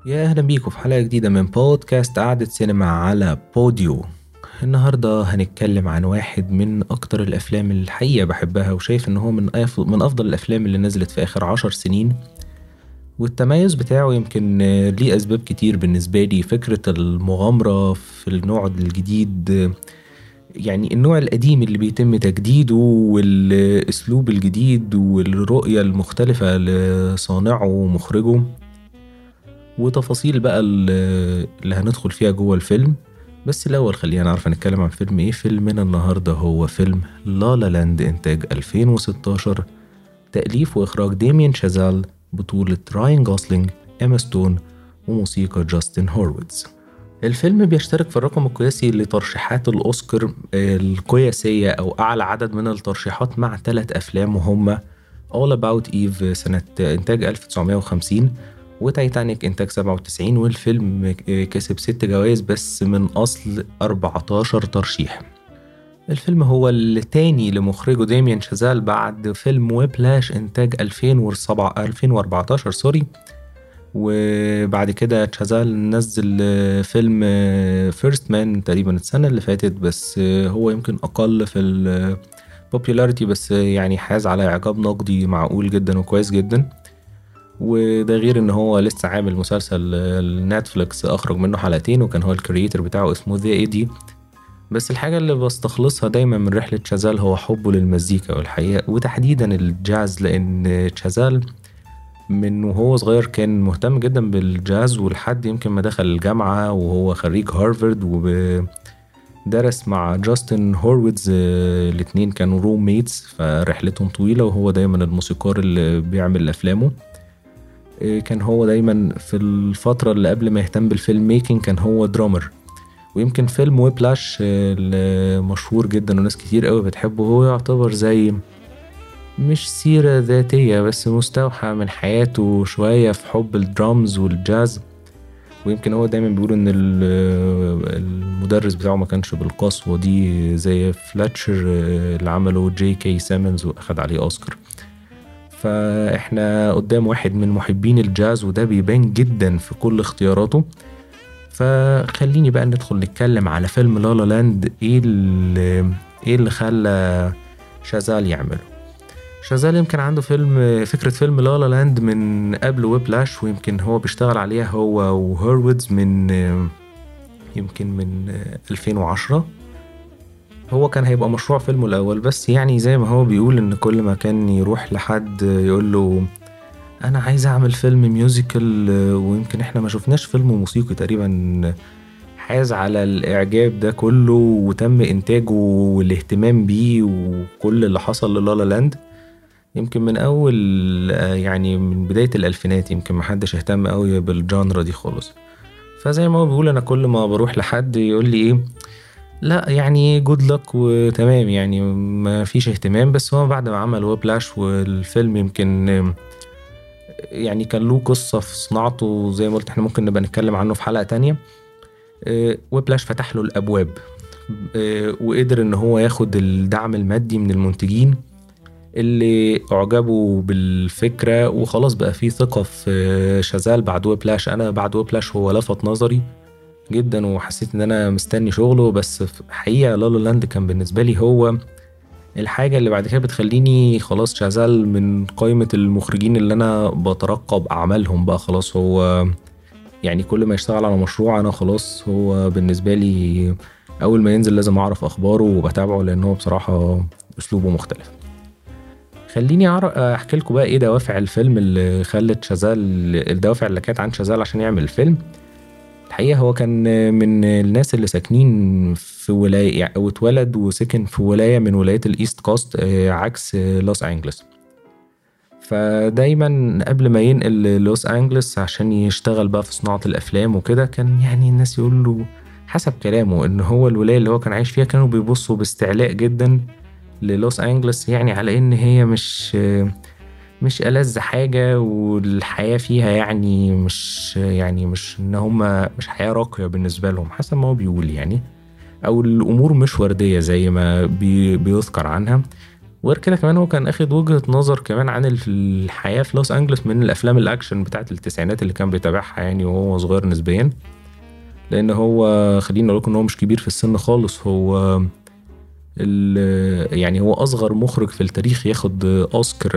يا أهلا بيكم في حلقة جديدة من بودكاست قعدة سينما على بوديو. النهاردة هنتكلم عن واحد من أكتر الأفلام الحقيقة بحبها، وشايف إن هو من أفضل الأفلام اللي نزلت في آخر 10 سنين. والتميز بتاعه يمكن ليه أسباب كتير بالنسبة لي. فكرة المغامرة في النوع الجديد، يعني النوع القديم اللي بيتم تجديده، والأسلوب الجديد والرؤية المختلفة لصانعه ومخرجه، وتفاصيل بقى اللي هندخل فيها جوه الفيلم. بس الأول خلينا نعرف هنتكلم عن فيلم إيه. فيلمنا النهاردة هو فيلم لا لا لاند، إنتاج 2016، تأليف وإخراج ديمين شازال، بطولة راين جوسلينج، إيما ستون، وموسيقى جاستن هورويتز. الفيلم بيشترك في الرقم القياسي لترشيحات الأوسكار القياسية أو أعلى عدد من الترشيحات، مع 3 أفلام وهم All About Eve سنة إنتاج 1950، وتايتانيك إنتاج 97. والفيلم كسب 6 جوائز بس من أصل 14 ترشيح. الفيلم هو التاني لمخرجه ديميان شازال بعد فيلم ويبلاش إنتاج 2014 سوري. وبعد كده شازال نزل فيلم فيرست مان تقريبا السنة اللي فاتت، بس هو يمكن أقل في البوبيولاريتي، بس يعني حاز على إعجاب نقدي معقول جدا وكويس جدا. وده غير ان هو لسه عامل مسلسل نتفليكس اخرج منه حلقتين، وكان هو الكرييتر بتاعه اسمه ذا ايدي. بس الحاجة اللي بستخلصها دايما من رحلة شازال هو حبه للمزيكا والحقيقة، وتحديدا الجاز، لان شازال من وهو صغير كان مهتم جدا بالجاز، ولحد يمكن ما دخل الجامعة وهو خريج هارفارد ودرس مع جاستن هورويتز. الاتنين كانوا روم ميتس، فرحلتهم طويلة، وهو دايما الموسيقار اللي بيعمل أفلامه. كان هو دايما في الفترة اللي قبل ما يهتم بالفيلم ميكينج كان هو درامر. ويمكن فيلم ويبلاش مشهور جدا وناس كتير قوي بتحبه، هو يعتبر زي مش سيرة ذاتية بس مستوحى من حياته شوية في حب الدرامز والجاز. ويمكن هو دايما بيقول ان المدرس بتاعه ما كانش بالقسوة دي زي فلاتشر اللي عمله جي كي سيمنز واخد عليه اوسكار. فاحنا قدام واحد من محبين الجاز، وده بيبان جدا في كل اختياراته. فخليني بقى ندخل نتكلم على فيلم لا لا لاند. ايه اللي خلى شازال يعمله. شازال يمكن عنده فكرة فيلم لا لا لاند من قبل ويبلاش، ويمكن هو بيشتغل عليها هو وهيرويدز يمكن من 2010. هو كان هيبقى مشروع فيلمه الأول، بس يعني زي ما هو بيقول إن كل ما كان يروح لحد يقول له أنا عايز أعمل فيلم ميوزيكال، ويمكن إحنا ما شفناش فيلم موسيقي تقريبا حاز على الإعجاب ده كله وتم إنتاجه والاهتمام بيه وكل اللي حصل للالا لاند. يمكن من أول يعني من بداية الألفينات يمكن محدش اهتم قوي بالجانرا دي خالص. فزي ما هو بيقول أنا كل ما بروح لحد يقول لي إيه، لا يعني جود لك وتمام، يعني ما فيش اهتمام. بس هو بعد ما عمل ويبلاش والفيلم يمكن يعني كان له قصة في صناعته، زي ما قلت احنا ممكن نبقى نتكلم عنه في حلقة تانية. ويبلاش فتح له الأبواب، وقدر ان هو ياخد الدعم المادي من المنتجين اللي اعجبوا بالفكرة، وخلاص بقى في ثقة في شازال بعد ويبلاش. انا بعد ويبلاش هو لفت نظري جدا، وحسيت ان انا مستني شغله. بس في حقيقة لا لا لاند كان بالنسبة لي هو الحاجة اللي بعد كده بتخليني خلاص شازال من قائمة المخرجين اللي انا بترقب اعمالهم بقى. خلاص هو يعني كل ما يشتغل على مشروع انا خلاص هو بالنسبة لي اول ما ينزل لازم اعرف اخباره وبتابعه، لانه هو بصراحة اسلوبه مختلف. خليني احكي لكم بقى ايه دوافع الفيلم اللي خلت شازال، الدوافع اللي كانت عن شازال عشان يعمل الفيلم. الحقيقة هو كان من الناس اللي ساكنين في ولاية، أو اتولد وسكن في ولاية من ولايات الإيست كوست، عكس لوس أنجلس. فدايما قبل ما ينقل لوس أنجلس عشان يشتغل بقى في صناعة الأفلام وكده، كان يعني الناس يقول له حسب كلامه إن هو الولاية اللي هو كان عايش فيها كانوا بيبصوا باستعلاء جدا للوس أنجلس، يعني على إن هي مش ألذ حاجة، والحياة فيها يعني مش إن هما مش حياة راقية بالنسبة لهم حسب ما هو بيقول يعني، أو الأمور مش وردية زي ما بيذكر عنها. وغير كده كمان هو كان اخد وجهة نظر كمان عن الحياة في لوس انجلوس من الافلام الاكشن بتاعت التسعينات اللي كان بيتابعها يعني وهو صغير نسبيا. لان هو خلينا نقول ان هو مش كبير في السن خالص، هو يعني هو اصغر مخرج في التاريخ ياخد اوسكار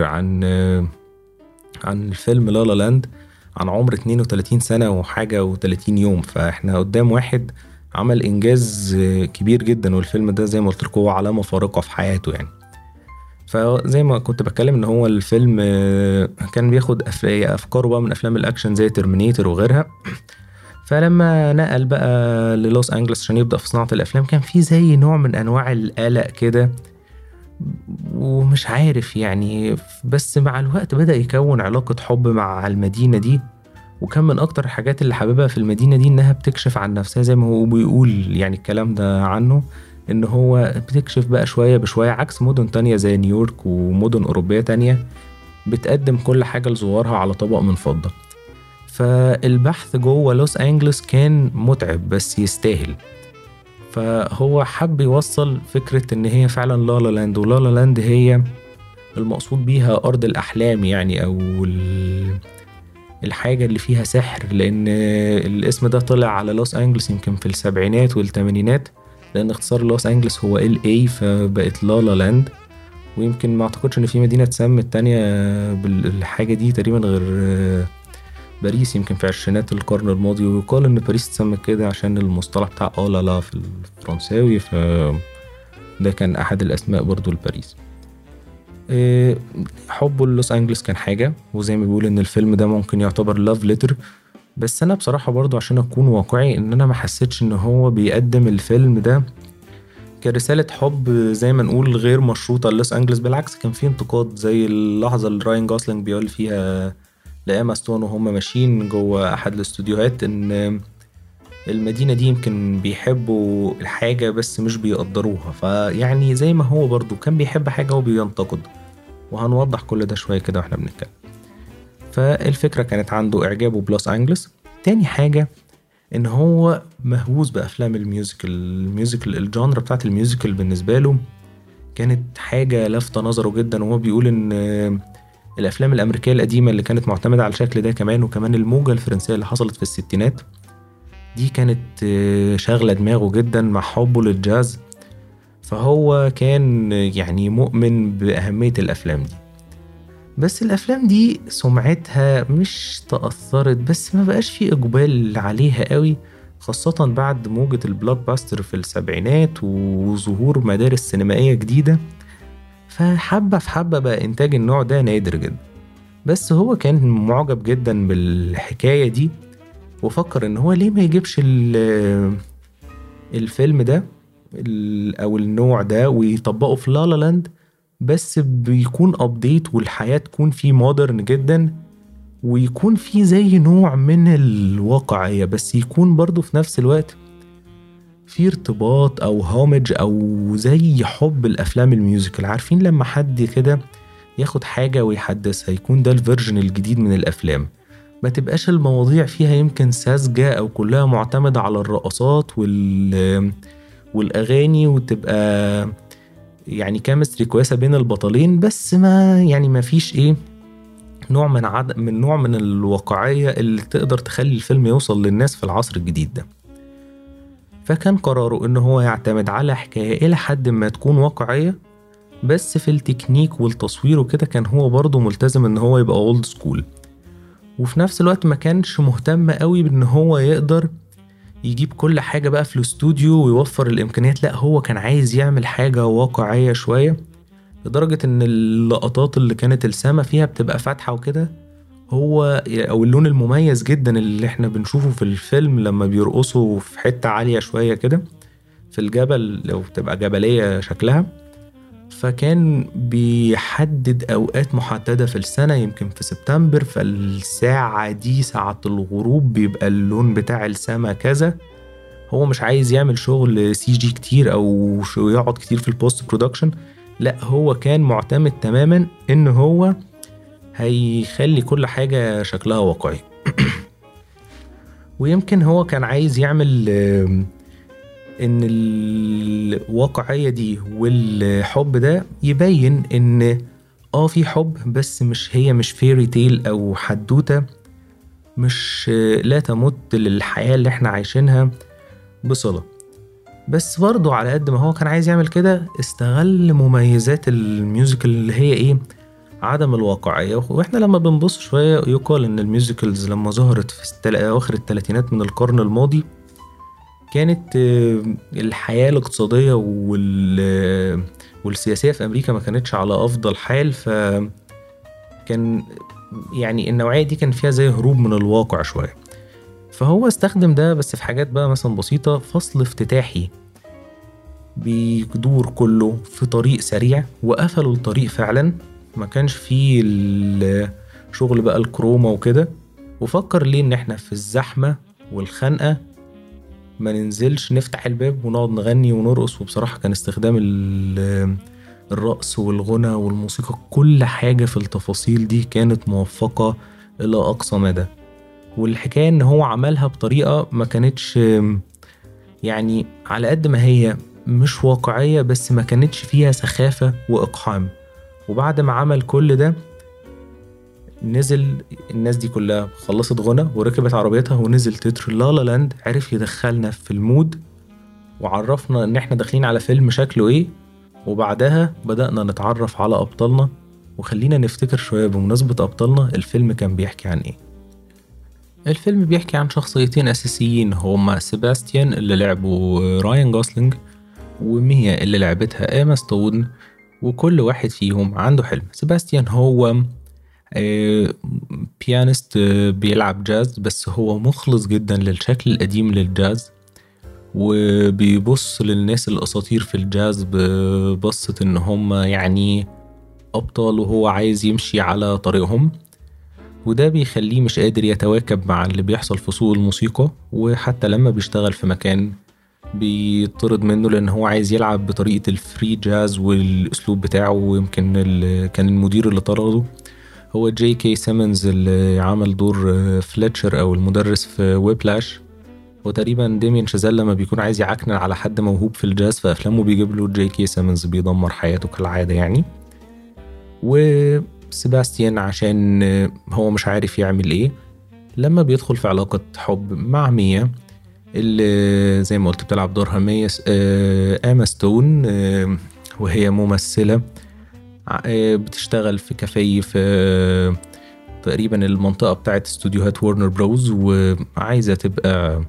عن الفيلم لا لا لاند عن عمر 32 سنة وحاجة و30 يوم. فاحنا قدام واحد عمل انجاز كبير جدا، والفيلم ده زي ما قلت لكم هو علامة فارقة في حياته يعني. فزي ما كنت بتكلم ان هو الفيلم كان بياخد افكاره بقى من افلام الاكشن زي ترمينيتور وغيرها. فلما نقل بقى للوس انجلوس عشان يبدأ في صناعة الافلام كان في زي نوع من انواع القلق كده، ومش عارف يعني. بس مع الوقت بدأ يكون علاقة حب مع المدينة دي، وكان من اكتر الحاجات اللي حاببها في المدينة دي انها بتكشف عن نفسها زي ما هو بيقول يعني الكلام ده عنه، ان هو بتكشف بقى شوية بشوية عكس مدن تانية زي نيويورك ومدن اوروبية تانية بتقدم كل حاجة لزوارها على طبق من فضة. فالبحث جوه لوس انجلوس كان متعب بس يستاهل. فهو حب يوصل فكرة ان هي فعلا لا لا لاند، ولا لا لاند هي المقصود بيها ارض الاحلام يعني، او الحاجة اللي فيها سحر. لان الاسم ده طلع على لوس انجلوس يمكن في السبعينات والثمانينات، لان اختصار لوس انجلوس هو ال اي، فبقت لا لا لاند. ويمكن ما اعتقدش ان في مدينة اتسمت تانية بالحاجة دي تقريبا غير باريس يمكن في عشرينات القرن الماضي. ويقال ان باريس اتسمت كده عشان المصطلح بتاع لا لا في الفرنساوي، ده كان احد الاسماء برضو لباريس. حبه للوس انجلوس كان حاجة، وزي ما بيقول ان الفيلم ده ممكن يعتبر لاف ليتر. بس انا بصراحة برضو عشان اكون واقعي ان انا ما حسيتش ان هو بيقدم الفيلم ده كرسالة حب زي ما نقول غير مشروطة للوس انجلوس. بالعكس كان فيه انتقاد زي اللحظة اللي راين جوسلينج بيقول فيها لإيما ستون وهم ماشيين جوه احد الاستوديوهات ان المدينة دي يمكن بيحبوا الحاجة بس مش بيقدروها. فيعني زي ما هو برضو كان بيحب حاجة وبينتقد، وهنوضح كل ده شوية كده واحنا بنتكلم. فالفكرة كانت عنده إعجابه بلوس أنجلوس. تاني حاجة إن هو مهووس بأفلام الميوزيكال الجانرا بتاعت الميوزيكال بالنسبة له كانت حاجة لفتة نظره جدا. وهو بيقول إن الأفلام الأمريكية القديمة اللي كانت معتمدة على الشكل ده كمان، وكمان الموجة الفرنسية اللي حصلت في الستينات دي كانت شاغلة دماغه جدا مع حبه للجاز. فهو كان يعني مؤمن بأهمية الأفلام دي. بس الأفلام دي سمعتها مش تأثرت، بس ما بقاش في إقبال عليها قوي، خاصة بعد موجة البلوك باستر في السبعينات وظهور مدارس سينمائية جديدة. فحبة في حبة بقى إنتاج النوع ده نادر جدا. بس هو كان معجب جدا بالحكاية دي، وفكر إن هو ليه ما يجيبش الفيلم ده او النوع ده ويطبقه في لا لا لاند، بس بيكون ابديت والحياة تكون فيه مودرن جدا، ويكون فيه زي نوع من الواقعية، بس يكون برضو في نفس الوقت في ارتباط او هومج او زي حب الافلام الميوزيكال. عارفين لما حد كده ياخد حاجة ويحدثها يكون ده الفيرجن الجديد من الافلام، ما تبقاش المواضيع فيها يمكن ساذجة او كلها معتمدة على الرقصات والاغاني، وتبقى يعني كيمستري كويسه بين البطلين، بس ما يعني ما فيش ايه نوع من الواقعيه اللي تقدر تخلي الفيلم يوصل للناس في العصر الجديد ده. فكان قراره ان هو يعتمد على حكايه الى حد ما تكون واقعيه، بس في التكنيك والتصوير وكده كان هو برضه ملتزم ان هو يبقى اولد سكول. وفي نفس الوقت ما كانش مهتم قوي بان هو يقدر يجيب كل حاجة بقى في الاستوديو ويوفر الإمكانيات. لا، هو كان عايز يعمل حاجة واقعية شوية، لدرجة إن اللقطات اللي كانت السما فيها بتبقى فاتحة وكده، هو أو اللون المميز جدا اللي احنا بنشوفه في الفيلم لما بيرقصوا في حتة عالية شوية كده في الجبل لو بتبقى جبلية شكلها. فكان بيحدد أوقات محددة في السنة، يمكن في سبتمبر فالساعة دي ساعة الغروب بيبقى اللون بتاع السما كذا. هو مش عايز يعمل شغل سي جي كتير أو يقعد كتير في البوست برودكشن، لا هو كان معتمد تماما إن هو هيخلي كل حاجة شكلها واقعي. ويمكن هو كان عايز يعمل ان الواقعية دي والحب ده يبين ان في حب، بس مش فيري تيل او حدوتة، مش لا تمت للحياة اللي احنا عايشينها بصلة. بس برضو على قد ما هو كان عايز يعمل كده، استغل مميزات الميوزيكال اللي هي ايه؟ عدم الواقعية. واحنا لما بنبص شوية يقال ان الميوزيكالز لما ظهرت في اواخر الثلاثينات من القرن الماضي، كانت الحياة الاقتصادية والسياسية في امريكا ما كانتش على افضل حال، فكان يعني النوعية دي كان فيها زي هروب من الواقع شوية. فهو استخدم ده بس في حاجات بقى مثلا بسيطة. فصل افتتاحي بيدور كله في طريق سريع، وقفلوا الطريق فعلا، ما كانش فيه الشغل بقى الكروما وكده. وفكر ليه ان احنا في الزحمة والخنقة ما ننزلش نفتح الباب ونقعد نغني ونرقص. وبصراحة كان استخدام الرقص والغنى والموسيقى، كل حاجة في التفاصيل دي كانت موفقة إلى أقصى مدى. والحكاية ان هو عملها بطريقة ما كانتش يعني على قد ما هي مش واقعية، بس ما كانتش فيها سخافة وإقحام. وبعد ما عمل كل ده، نزل الناس دي كلها خلصت غنى وركبت عربيتها ونزل تتر لا لا لاند. عرف يدخلنا في المود وعرفنا ان احنا داخلين على فيلم شكله ايه. وبعدها بدأنا نتعرف على أبطالنا. وخلينا نفتكر شوية بمناسبة أبطالنا، الفيلم كان بيحكي عن ايه؟ الفيلم بيحكي عن شخصيتين أساسيين، هما سيباستيان اللي لعبه راين جوسلينج، وميا اللي لعبتها إيما ستون. وكل واحد فيهم عنده حلم. سيباستيان هو بيانست بيلعب جاز، بس هو مخلص جدا للشكل القديم للجاز، وبيبص للناس الأساطير في الجاز ببصة إن هم يعني أبطال، وهو عايز يمشي على طريقهم. وده بيخليه مش قادر يتواكب مع اللي بيحصل في سوق الموسيقى. وحتى لما بيشتغل في مكان بيطرد منه لأن هو عايز يلعب بطريقة الفري جاز والأسلوب بتاعه. ويمكن كان المدير اللي طرده هو جي كي سيمنز اللي عمل دور فليتشر أو المدرس في ويبلاش. وتقريبا ديمين شازيل لما بيكون عايز يعكنن على حد موهوب في الجاز في أفلامه بيجيب له جي كي سيمنز بيدمر حياته كالعادة يعني. وسيباستيان عشان هو مش عارف يعمل ايه، لما بيدخل في علاقة حب مع ميا اللي زي ما قلت بتلعب دورها ميا إيما ستون، وهي ممثلة بتشتغل في كافيه في تقريبا المنطقة بتاعت استوديوهات وورنر بروز، وعايزة تبقى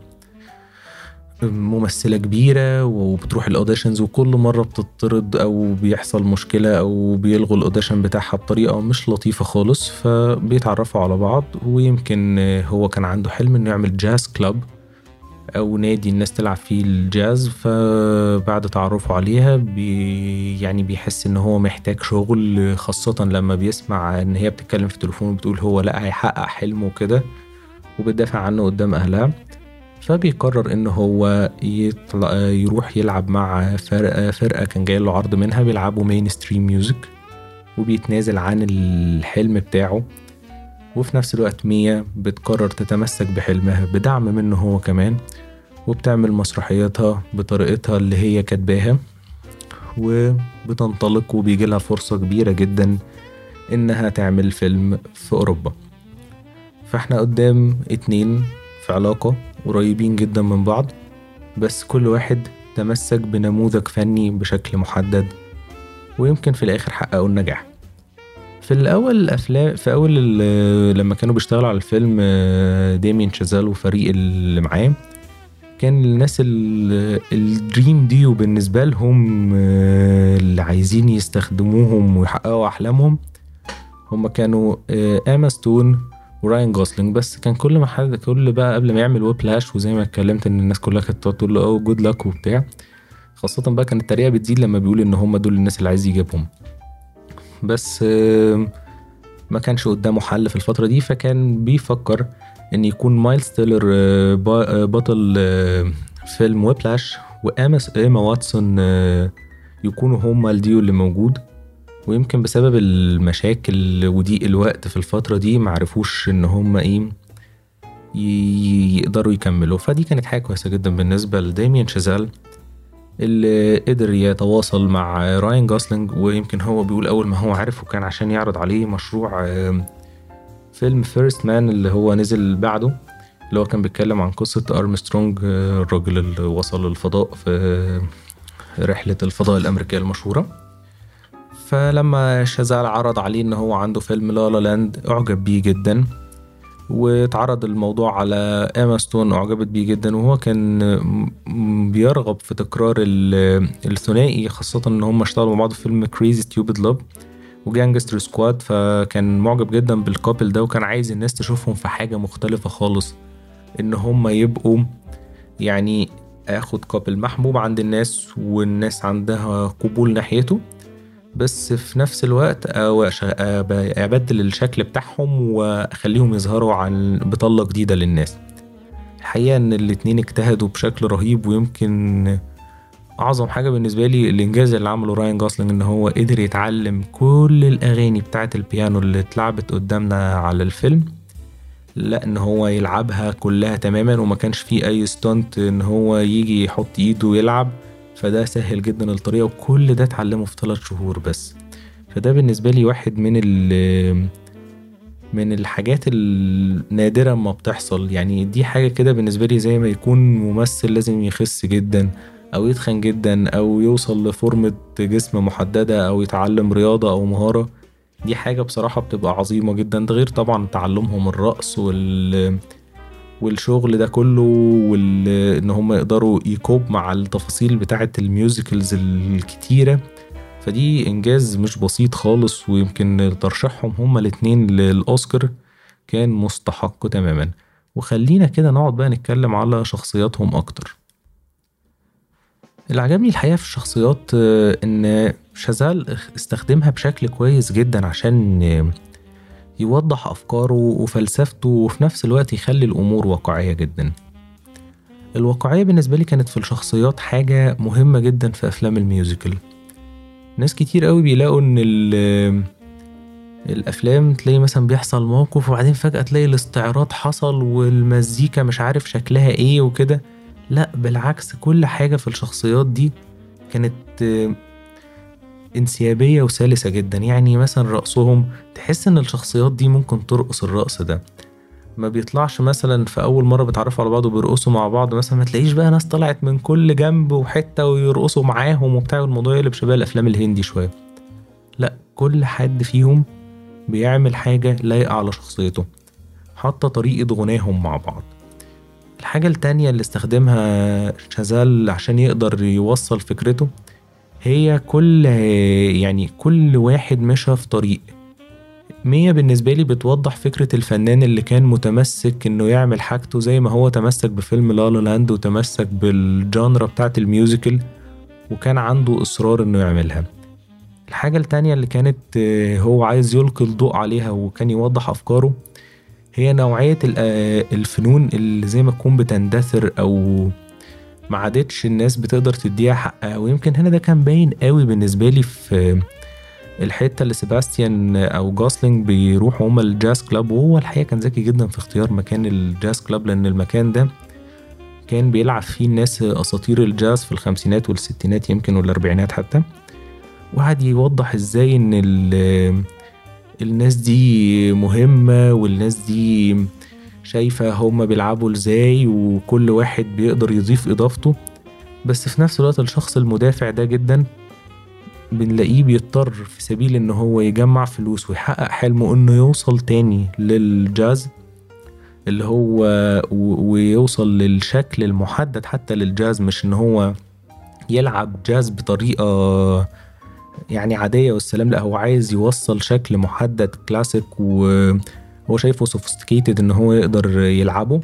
ممثلة كبيرة وبتروح الأوديشنز. وكل مرة بتطرد أو بيحصل مشكلة أو بيلغوا الأوديشن بتاعها بطريقة مش لطيفة خالص. فبيتعرفوا على بعض، ويمكن هو كان عنده حلم إنه يعمل جاز كلاب أو نادي الناس تلعب فيه الجاز. فبعد تعرفه عليها يعني بيحس إن هو محتاج شغل، خاصة لما بيسمع إن هي بتتكلم في التليفون وبتقول هو لا هيحقق حلمه وكده، وبتدافع عنه قدام أهلها. فبيقرر إن هو يروح يلعب مع فرقة كان جاي له عرض منها بيلعبوا مين ستريم ميوزك، وبيتنازل عن الحلم بتاعه. وفي نفس الوقت ميا بتقرر تتمسك بحلمها بدعم منه هو كمان، وبتعمل مسرحياتها بطريقتها اللي هي كاتباها، وبتنطلق وبيجي لها فرصة كبيرة جدا إنها تعمل فيلم في أوروبا. فإحنا قدام اتنين في علاقة قريبين جدا من بعض، بس كل واحد تمسك بنموذج فني بشكل محدد، ويمكن في الآخر حققوا النجاح. في الأول الأفلام في أول لما كانوا بيشتغلوا على الفيلم ديمين شازيل وفريق اللي معاه، كان الناس الدريم دي وبالنسبة لهم اللي عايزين يستخدموهم ويحققوا أحلامهم هم كانوا إيما ستون وراين جوسلينج. بس كان كل بقى قبل ما يعمل ويبلاش، وزي ما اتكلمت ان الناس كلها كانت تقول له اوه جود لاك وبتاع، خاصة بقى كانت التريقة بتزيد لما بيقول ان هم دول الناس اللي عايز يجيبهم. بس ما كانش قدامه حل في الفترة دي، فكان بيفكر ان يكون مايلز تيلر بطل فيلم ويبلاش، وإيما واتسون يكونوا هما الديو اللي موجود. ويمكن بسبب المشاكل وضيق الوقت في الفترة دي معرفوش ان هما يقدروا يكملوا. فدي كانت حاجة كويسة جدا بالنسبة لديمين شازيل اللي قدر يتواصل مع راين جوسلينج. ويمكن هو بيقول أول ما هو عرفه كان عشان يعرض عليه مشروع فيلم فيرست مان اللي هو نزل بعده، اللي هو كان بيتكلم عن قصة أرمسترونج، الراجل اللي وصل للفضاء في رحلة الفضاء الأمريكية المشهورة. فلما شازال عرض عليه إن هو عنده فيلم لا لا لاند أعجب بيه جدا، واتعرض الموضوع على إيما ستون أعجبت بيه جدا، وهو كان بيرغب في تكرار الثنائي، خاصة إن هم اشتغلوا مع بعض في فيلم كريزي ستيوبid لاف وجانجستر سكواد. فكان معجب جدا بالكابل ده، وكان عايز الناس تشوفهم في حاجة مختلفة خالص، إن هم يبقوا يعني اخد كابل محبوب عند الناس والناس عندها قبول ناحيته، بس في نفس الوقت ابدل الشكل بتاعهم واخليهم يظهروا عن بطلة جديدة للناس. الحقيقة ان الاتنين اجتهدوا بشكل رهيب، ويمكن اعظم حاجة بالنسبة لي الانجاز اللي عمله راين جوسلينج، ان هو قدر يتعلم كل الاغاني بتاعة البيانو اللي اتلعبت قدامنا على الفيلم، لا ان هو يلعبها كلها تماما، وما كانش فيه اي ستانت ان هو يجي يحط ايده ويلعب. فده سهل جدا الطريقة، وكل ده اتعلمه في 3 شهور بس. فده بالنسبة لي واحد من الحاجات النادرة ما بتحصل. يعني دي حاجة كده بالنسبة لي زي ما يكون ممثل لازم يخس جدا او يتخن جدا او يوصل لفورمة جسم محددة او يتعلم رياضة او مهارة. دي حاجة بصراحة بتبقى عظيمة جدا، ده غير طبعا تعلمهم الرقص والشغل ده كله، ان هم يقدروا يكوب مع التفاصيل بتاعة الميوزيكلز الكتيرة. فدي انجاز مش بسيط خالص، ويمكن ترشيحهم هما الاتنين للأوسكار كان مستحق تماما. وخلينا كده نقعد بقى نتكلم على شخصياتهم اكتر. اللي عجبني الحقيقة في الشخصيات ان شازال استخدمها بشكل كويس جدا عشان يوضح أفكاره وفلسفته، وفي نفس الوقت يخلي الأمور واقعية جدا. الواقعية بالنسبة لي كانت في الشخصيات حاجة مهمة جدا في أفلام الميوزيكال. ناس كتير قوي بيلاقوا إن الأفلام تلاقي مثلا بيحصل موقف وبعدين فجأة تلاقي الاستعراض حصل والمزيكا مش عارف شكلها إيه وكده. لا بالعكس، كل حاجة في الشخصيات دي كانت انسيابية وسلسة جدا. يعني مثلا رقصهم تحس ان الشخصيات دي ممكن ترقص الرقص ده، ما بيطلعش مثلا في اول مرة بيتعرفوا على بعض وبيرقصوا مع بعض مثلا ما تلاقيش بقى ناس طلعت من كل جنب وحتة ويرقصوا معاهم وبتاع، الموضوع يقلب شبه الافلام الهندي شوية. لا، كل حد فيهم بيعمل حاجة لايقة على شخصيته، حتى طريقة غناهم مع بعض. الحاجة التانية اللي استخدمها شازال عشان يقدر يوصل فكرته هي كل واحد مشى في طريق. مية بالنسبة لي بتوضح فكرة الفنان اللي كان متمسك انه يعمل حاجته زي ما هو تمسك بفيلم لا لا لاند وتمسك بالجانرا بتاعت الميوزيكال، وكان عنده اصرار انه يعملها. الحاجة التانية اللي كانت هو عايز يلقي الضوء عليها وكان يوضح افكاره هي نوعية الفنون اللي زي ما تكون بتندثر او ما عادتش الناس بتقدر تديها حقها. ويمكن هنا ده كان باين قوي بالنسبة لي في الحتة اللي سيباستيان أو جوسلينج بيروحوا هما الجاز كلاب، وهو الحقيقة كان ذكي جدا في اختيار مكان الجاز كلاب، لأن المكان ده كان بيلعب فيه الناس أساطير الجاز في الخمسينات والستينات يمكن والأربعينات حتى. وقعد يوضح ازاي ان الناس دي مهمة والناس دي شايفة هما بيلعبوا ازاي، وكل واحد بيقدر يضيف اضافته. بس في نفس الوقت الشخص المدافع ده جدا بنلاقيه بيضطر في سبيل ان هو يجمع فلوس ويحقق حلمه انه يوصل تاني للجاز اللي هو ويوصل للشكل المحدد حتى للجاز، مش ان هو يلعب جاز بطريقة يعني عادية والسلام. لا، هو عايز يوصل شكل محدد كلاسيك وهو شايفه سوفيستيكيتد ان هو يقدر يلعبه،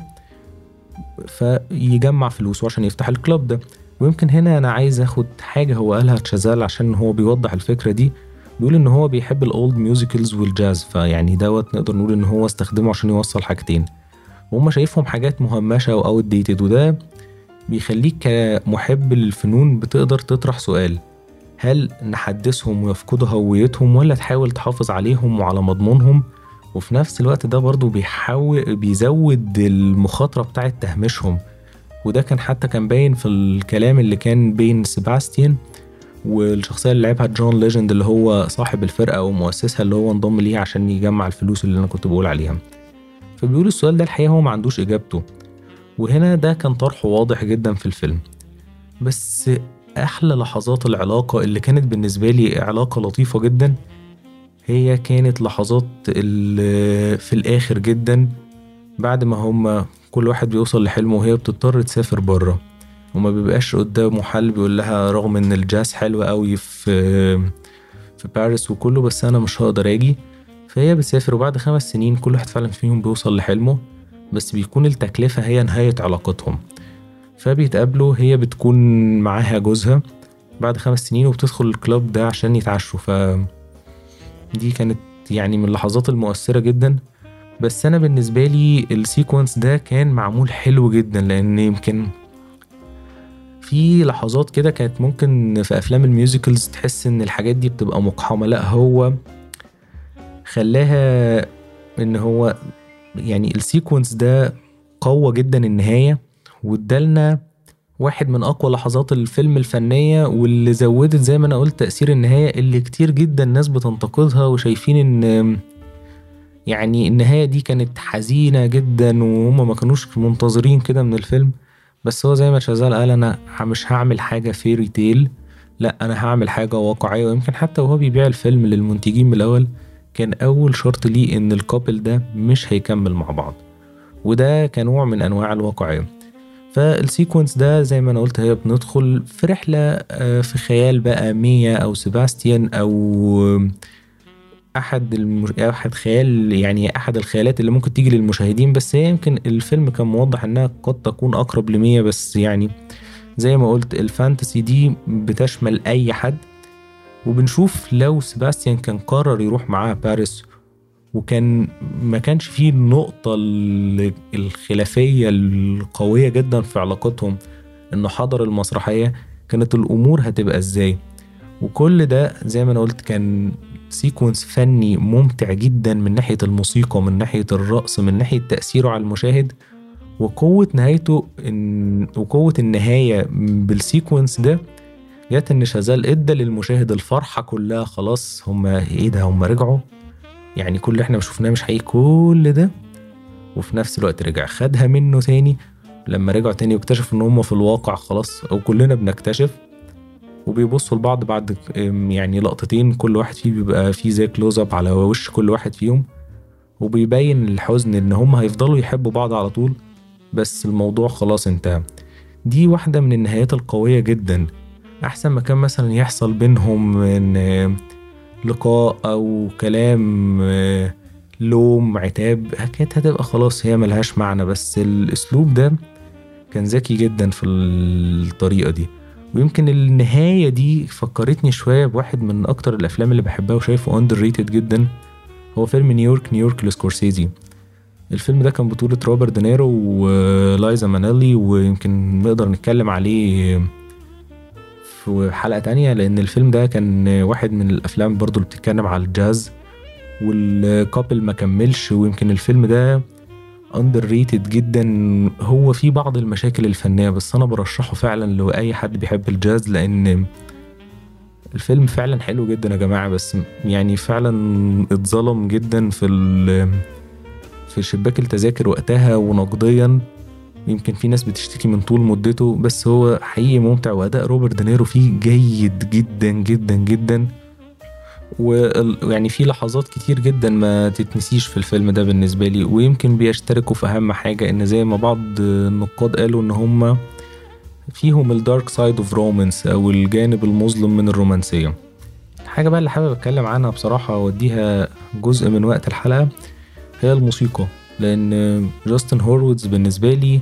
فيجمع فلوس عشان يفتح الكلاب ده. ويمكن هنا انا عايز اخد حاجة هو قالها تشازال عشان هو بيوضح الفكرة دي. بيقول ان هو بيحب الاولد ميوزيكلز والجاز، فيعني دوت نقدر نقول ان هو استخدمه عشان يوصل حاجتين وهم شايفهم حاجات مهمشة واوت ديتد. وده بيخليك كمحب للفنون بتقدر تطرح سؤال: هل نحدثهم ويفقدوا هويتهم ولا تحاول تحافظ عليهم وعلى مضمونهم؟ وفي نفس الوقت ده برضو بيزود المخاطرة بتاعة تهميشهم. وده كان حتى كان باين في الكلام اللي كان بين سيباستيان والشخصية اللي لعبها جون ليجند اللي هو صاحب الفرقة أو مؤسسها اللي هو انضم ليها عشان يجمع الفلوس اللي أنا كنت بقول عليها. فبيقول السؤال ده الحقيقة هو ما عندوش إجابته، وهنا ده كان طرحه واضح جدا في الفيلم. بس أحلى لحظات العلاقة اللي كانت بالنسبة لي علاقة لطيفة جدا هي كانت لحظات في الآخر جدا، بعد ما هما كل واحد بيوصل لحلمه وهي بتضطر تسافر بره وما بيبقاش قدامه حل. بيقول لها رغم ان الجاز حلو قوي في باريس وكله، بس انا مش هقدر اجي. فهي بتسافر، وبعد 5 سنين كل واحد فعلا فيهم بيوصل لحلمه، بس بيكون التكلفة هي نهاية علاقتهم. فبيتقابلوا، هي بتكون معاها جوزها بعد 5 سنين وبتدخل الكلاب ده عشان يتعشوا. دي كانت يعني من اللحظات المؤثرة جدا. بس انا بالنسبة لي السيكونس ده كان معمول حلو جدا، لان يمكن في لحظات كده كانت ممكن في افلام الميوزيكلز تحس ان الحاجات دي بتبقى مقحمة، لا هو خلاها ان هو يعني السيكونس ده قوة جدا النهاية، وادالنا واحد من اقوى لحظات الفيلم الفنية، واللي زودت زي ما انا قلت تأثير النهاية اللي كتير جدا ناس بتنتقدها وشايفين ان يعني النهاية دي كانت حزينة جدا وهم ما كانوش منتظرين كده من الفيلم. بس هو زي ما شازال قال، انا مش هعمل حاجة فيري تيل، لا انا هعمل حاجة واقعية. ويمكن حتى وهو بيبيع الفيلم للمنتجين من الاول كان اول شرط ليه ان الكابل ده مش هيكمل مع بعض، وده كان نوع من انواع الواقعية. فالسيكونس ده زي ما انا قلت هي بندخل في رحلة في خيال بقى ميا او سيباستيان او احد خيال، يعني احد الخيالات اللي ممكن تيجي للمشاهدين. بس هي يمكن الفيلم كان موضح انها قد تكون اقرب لمية، بس يعني زي ما قلت الفانتسي دي بتشمل اي حد. وبنشوف لو سيباستيان كان قرر يروح معاها باريس وكان ما كانش فيه النقطة الخلافية القوية جدا في علاقتهم انه حضر المسرحية، كانت الامور هتبقى ازاي. وكل ده زي ما انا قلت كان سيكونس فني ممتع جدا من ناحية الموسيقى، من ناحية الرقص، من ناحية تأثيره على المشاهد. وقوة نهايته وقوة النهاية بالسيكونس ده جات ان شازال ادى للمشاهد الفرحة كلها. خلاص هما ايه ده، هما رجعوا، يعني كل اللي احنا شفناه مش حقيقي كل ده. وفي نفس الوقت رجع خدها منه تاني لما رجعوا تاني واكتشفوا ان هما في الواقع خلاص، او كلنا بنكتشف. وبيبصوا لبعض بعد يعني لقطتين كل واحد فيه بيبقى فيه زي كلوز اب على وش كل واحد فيهم، وبيبين الحزن ان هم هيفضلوا يحبوا بعض على طول بس الموضوع خلاص انتهى. دي واحدة من النهايات القوية جدا، احسن ما كان مثلا يحصل بينهم ان لقاء او كلام لوم عتاب، كانت هتبقى خلاص هي ملهاش معنى. بس الاسلوب ده كان ذكي جدا في الطريقة دي. ويمكن النهاية دي فكرتني شوية بواحد من أكتر الأفلام اللي بحبها وشايفه أندر ريتد جدا، هو فيلم نيويورك لسكورسيزي. الفيلم ده كان بطولة روبرت دينيرو ولايزا مانيلي، ويمكن نقدر نتكلم عليه في حلقة تانية، لأن الفيلم ده كان واحد من الأفلام برضو اللي بتتكلم على الجاز والكابل ما كملش. ويمكن الفيلم ده اندر ريتد جدا، هو فيه بعض المشاكل الفنية، بس انا برشحه فعلا لو اي حد بيحب الجاز، لان الفيلم فعلا حلو جدا يا جماعة. بس يعني فعلا اتظلم جدا في شباك التذاكر وقتها ونقديا. يمكن في ناس بتشتكي من طول مدته، بس هو حقيقي ممتع، واداء روبرت دينيرو فيه جيد جدا جدا جدا. ويعني في لحظات كتير جدا ما تتنسيش في الفيلم ده بالنسبة لي. ويمكن بيشتركوا في أهم حاجة، إن زي ما بعض النقاد قالوا إن هم فيهم الدارك سايد اوف رومانس أو الجانب المظلم من الرومانسية. الحاجة بقى اللي حابب أتكلم عنها بصراحة وأديها جزء من وقت الحلقة هي الموسيقى، لأن جاستن هورويتز بالنسبة لي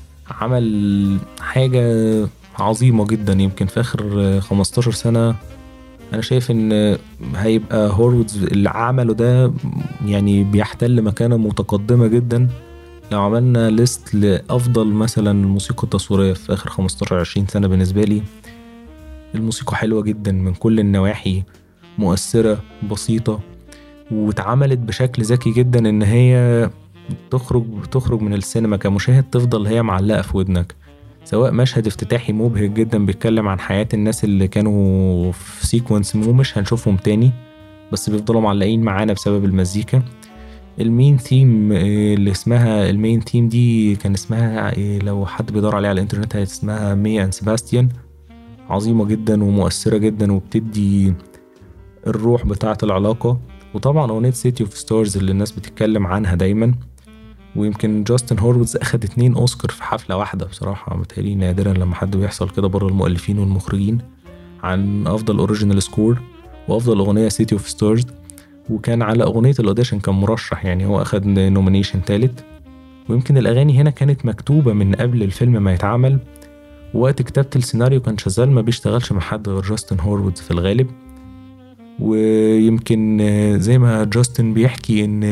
عمل حاجة عظيمة جدا. يمكن في آخر 15 سنة انا شايف ان هيبقى هورويتز اللي عمله ده يعني بيحتل مكانة متقدمة جدا. لو عملنا ليست لافضل مثلا الموسيقى التصويرية في اخر 15-20 سنة، بالنسبة لي الموسيقى حلوة جدا من كل النواحي، مؤثرة بسيطة، واتعملت بشكل ذكي جدا ان هي تخرج من السينما كمشاهد تفضل هي معلقة في ودنك. سواء مشهد افتتاحي مبهج جدا بيتكلم عن حياة الناس اللي كانوا في سيكونس مش هنشوفهم تاني بس بيفضلوا معلقين معانا بسبب المزيكا. المين ثيم اللي اسمها المين ثيم دي كان اسمها لو حد بيدور عليها على الانترنت اسمها مي اند سباستيان. عظيمة جدا ومؤثرة جدا وبتدي الروح بتاعة العلاقة. وطبعا أغنية سيتي اوف ستارز اللي الناس بتتكلم عنها دايما. ويمكن جاستن هورويتز أخد 2 أوسكار في حفلة واحدة، بصراحة متهيألي نادرا لما حد بيحصل كده بره المؤلفين والمخرجين، عن أفضل أوريجينال سكور وأفضل أغنية سيتي اوف ستارز. وكان على أغنية الأوديشن كان مرشح، يعني هو أخد نومينيشن تالت. ويمكن الأغاني هنا كانت مكتوبة من قبل الفيلم ما يتعمل. وقت كتابة السيناريو كان شازال ما بيشتغلش مع حد غير جاستن هورويتز في الغالب. ويمكن زي ما جاستن بيحكي ان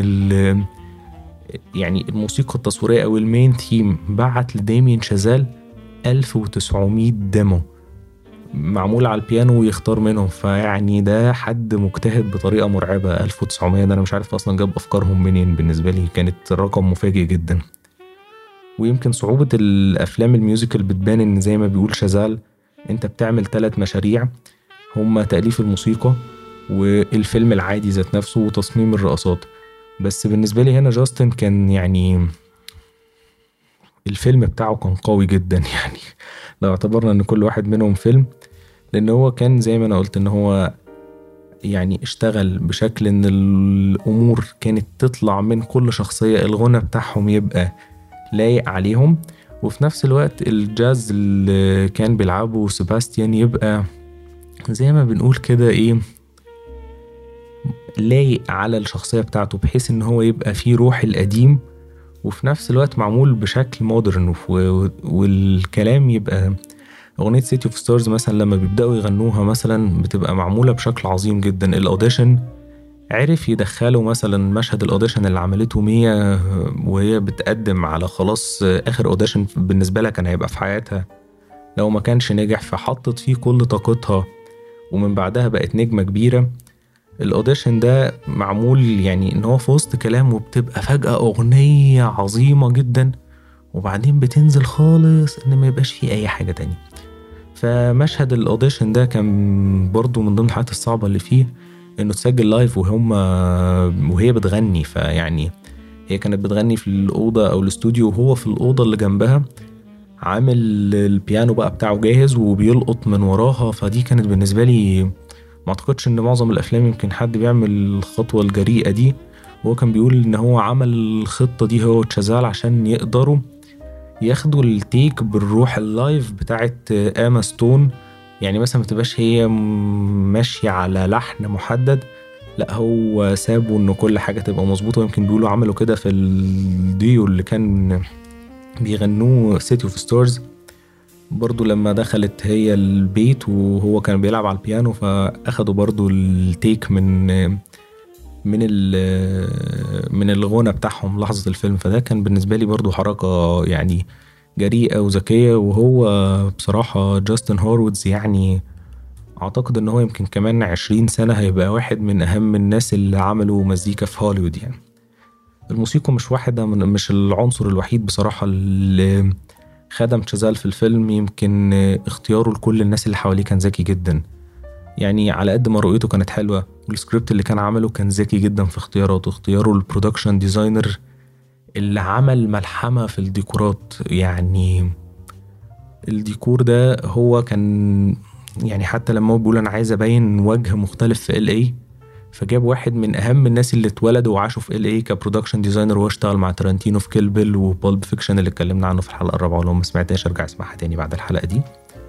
يعني الموسيقى التصويرية او المين ثيم بعت لديمين شازال 1900 ديمو معمول على البيانو ويختار منهم. فيعني ده حد مجتهد بطريقة مرعبة. 1900 ده انا مش عارف اصلا جاب افكارهم منين، بالنسبة لي كانت رقم مفاجئ جدا. ويمكن صعوبة الافلام الميوزيكال بتبان ان زي ما بيقول شازال انت بتعمل 3 مشاريع، هما تأليف الموسيقى والفيلم العادي ذات نفسه وتصميم الرقصات. بس بالنسبة لي هنا جاستن كان يعني الفيلم بتاعه كان قوي جدا يعني لو اعتبرنا ان كل واحد منهم فيلم، لان هو كان زي ما انا قلت ان هو يعني اشتغل بشكل ان الامور كانت تطلع من كل شخصية، الغنى بتاعهم يبقى لايق عليهم، وفي نفس الوقت الجاز اللي كان بيلعبه سيباستيان يبقى زي ما بنقول كده لايق على الشخصية بتاعته، بحيث ان هو يبقى فيه روح القديم وفي نفس الوقت معمول بشكل مودرن. والكلام يبقى اغنية سيتي اوف ستارز مثلا لما بيبدأوا يغنوها مثلا بتبقى معمولة بشكل عظيم جدا. الاوديشن عرف يدخلوا مثلا مشهد الاوديشن اللي عملته ميا وهي بتقدم على خلاص اخر اوديشن بالنسبة لها كان هيبقى في حياتها لو ما كانش نجح، فحطت فيه كل طاقتها ومن بعدها بقت نجمة كبيرة. الاوديشن ده معمول يعني ان هو في وسط كلام وبتبقى فجأة اغنية عظيمة جدا وبعدين بتنزل خالص ان ما يبقاش فيه اي حاجة تانية. فمشهد الاوديشن ده كان برضو من ضمن الحاجات الصعبة اللي فيه انه تسجل لايف وهي بتغني. فيعني هي كانت بتغني في الأوضة او الاستوديو وهو في الأوضة اللي جنبها عامل البيانو بقى بتاعه جاهز وبيلقط من وراها. فدي كانت بالنسبة لي ما اعتقدش ان معظم الافلام يمكن حد بيعمل الخطوة الجريئة دي. وهو كان بيقول ان هو عمل الخطة دي هو وتشازال عشان يقدروا ياخدوا التيك بالروح اللايف بتاعت اما ستون. يعني مثلا ما تبقاش هي ماشية على لحن محدد، لا هو سابوا ان كل حاجة تبقى مظبوطة. يمكن بيقولوا عملوا كده في الديو اللي كان بيغنوه سيتي اوف ستارز برضو لما دخلت هي البيت وهو كان بيلعب على البيانو، فأخدوا برضو التيك من الغنى بتاعهم لحظة الفيلم. فده كان بالنسبة لي برضو حركة يعني جريئة وذكية. وهو بصراحة جاستن هورويتز يعني أعتقد إن هو يمكن كمان 20 سنة هيبقى واحد من أهم الناس اللي عملوا مزيكا في هوليوود. يعني الموسيقى مش العنصر الوحيد بصراحة اللي خدم شازال في الفيلم. يمكن اختياره لكل الناس اللي حواليه كان ذكي جدا، يعني على قد ما رؤيته كانت حلوة والسكريبت اللي كان عمله كان ذكي جدا في اختياراته. اختياره البرودكشن ديزاينر اللي عمل ملحمة في الديكورات، يعني الديكور ده هو كان يعني حتى لما هو بيقول انا عايز ابين وجه مختلف في LA فجاب واحد من اهم الناس اللي اتولدوا وعاشوا في LA كبرودكشن ديزاينر واشتغل مع تارانتينو في كيل بيل وبولب فيكشن اللي اتكلمنا عنه في الحلقة الرابعة، ولو ما سمعتهاش ارجع اسمعها تاني بعد الحلقة دي.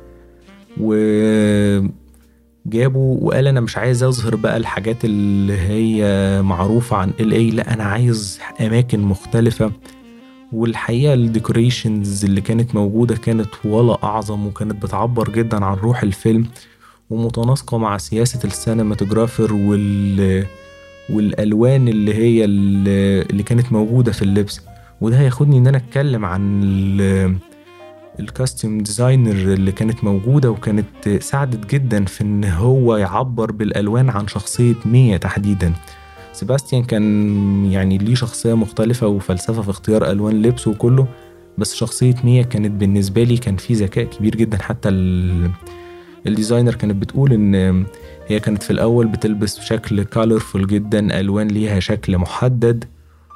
وجابوا وقال انا مش عايز اظهر بقى الحاجات اللي هي معروفة عن LA، لا انا عايز اماكن مختلفة. والحقيقة الديكوريشنز اللي كانت موجودة كانت ولا اعظم وكانت بتعبر جدا عن روح الفيلم ومتناسقة مع سياسة السينماتوجرافر والألوان اللي هي اللي كانت موجودة في اللبس. وده هياخدني ان انا اتكلم عن الكاستيوم ديزاينر اللي كانت موجودة وكانت ساعدت جدا في ان هو يعبر بالألوان عن شخصية ميا تحديدا. سيباستيان كان يعني ليه شخصية مختلفة وفلسفة في اختيار ألوان لبسه وكله، بس شخصية ميا كانت بالنسبة لي كان في ذكاء كبير جدا. حتى الديزاينر كانت بتقول ان هي كانت في الاول بتلبس بشكل كالرفول جدا، الوان ليها شكل محدد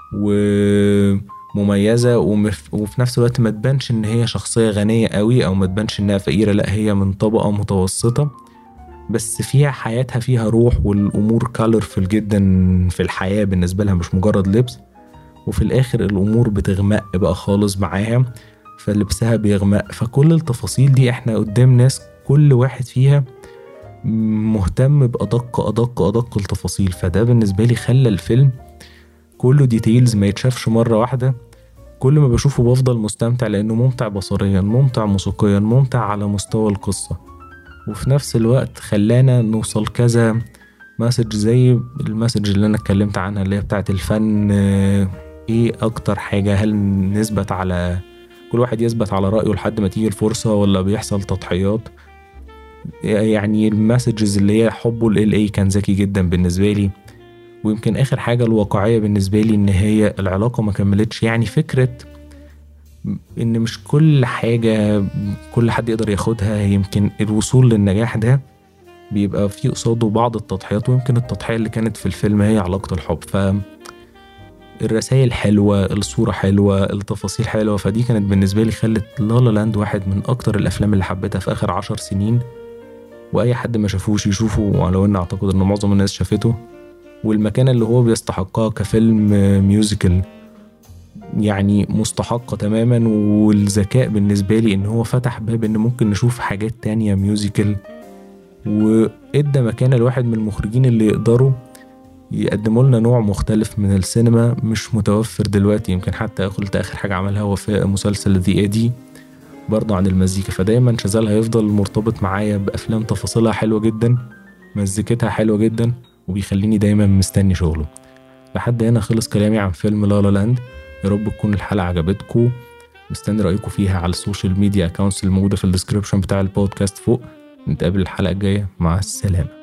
ومميزة، وفي نفس الوقت ما تبانش ان هي شخصية غنية قوي او ما تبانش انها فقيرة، لا هي من طبقة متوسطة بس فيها حياتها فيها روح، والامور كالرفول جدا في الحياة بالنسبة لها مش مجرد لبس. وفي الاخر الامور بتغمق بقى خالص معاها، فلبسها بيغمق. فكل التفاصيل دي احنا قدام ناس كل واحد فيها مهتم بأدق أدق أدق التفاصيل. فده بالنسبة لي خلى الفيلم كله ديتيلز ما يتشافش مرة واحدة. كل ما بشوفه بفضل مستمتع لأنه ممتع بصريا، ممتع موسيقيا، ممتع على مستوى القصة، وفي نفس الوقت خلانا نوصل كذا مسج زي المسج اللي أنا اتكلمت عنها اللي هي بتاعت الفن. ايه أكتر حاجة؟ هل نثبت على كل واحد يثبت على رأيه لحد ما تيجي الفرصة، ولا بيحصل تضحيات؟ يعني المسجز اللي هي حبه ل LA كان ذكي جدا بالنسبة لي. ويمكن آخر حاجة الواقعية بالنسبة لي إن هي العلاقة ما كملتش. يعني فكرة إن مش كل حاجة كل حد يقدر ياخدها، يمكن الوصول للنجاح ده بيبقى فيه قصاده بعض التضحيات، ويمكن التضحية اللي كانت في الفيلم هي علاقة الحب. الرسائل حلوة، الصورة حلوة، التفاصيل حلوة. فدي كانت بالنسبة لي خلت لا لا لاند واحد من أكتر الأفلام اللي حبيتها في آخر 10 سنين. وأي حد ما شافوش يشوفه، ولو إن أعتقد إن معظم الناس شافته. والمكانة اللي هو بيستحقها كفيلم ميوزيكال يعني مستحقة تماما. والذكاء بالنسبة لي إن هو فتح باب إن ممكن نشوف حاجات تانية ميوزيكال، وإدى مكانة لواحد من المخرجين اللي يقدروا يقدموا لنا نوع مختلف من السينما مش متوفر دلوقتي. يمكن حتى قلت آخر حاجة عملها هو في مسلسل The AD برضه عن المزيكا. فدايما شازال هيفضل مرتبط معايا بأفلام تفاصيلها حلوة جدا، مزيكتها حلوة جدا، وبيخليني دايما مستني شغله. لحد هنا خلص كلامي عن فيلم لا لا لاند. يا رب تكون الحلقة عجبتكم. مستني رأيكم فيها على السوشيال ميديا اكاونتس الموجودة في الديسكريبشن بتاع البودكاست فوق. نتقابل الحلقة الجاية. مع السلامة.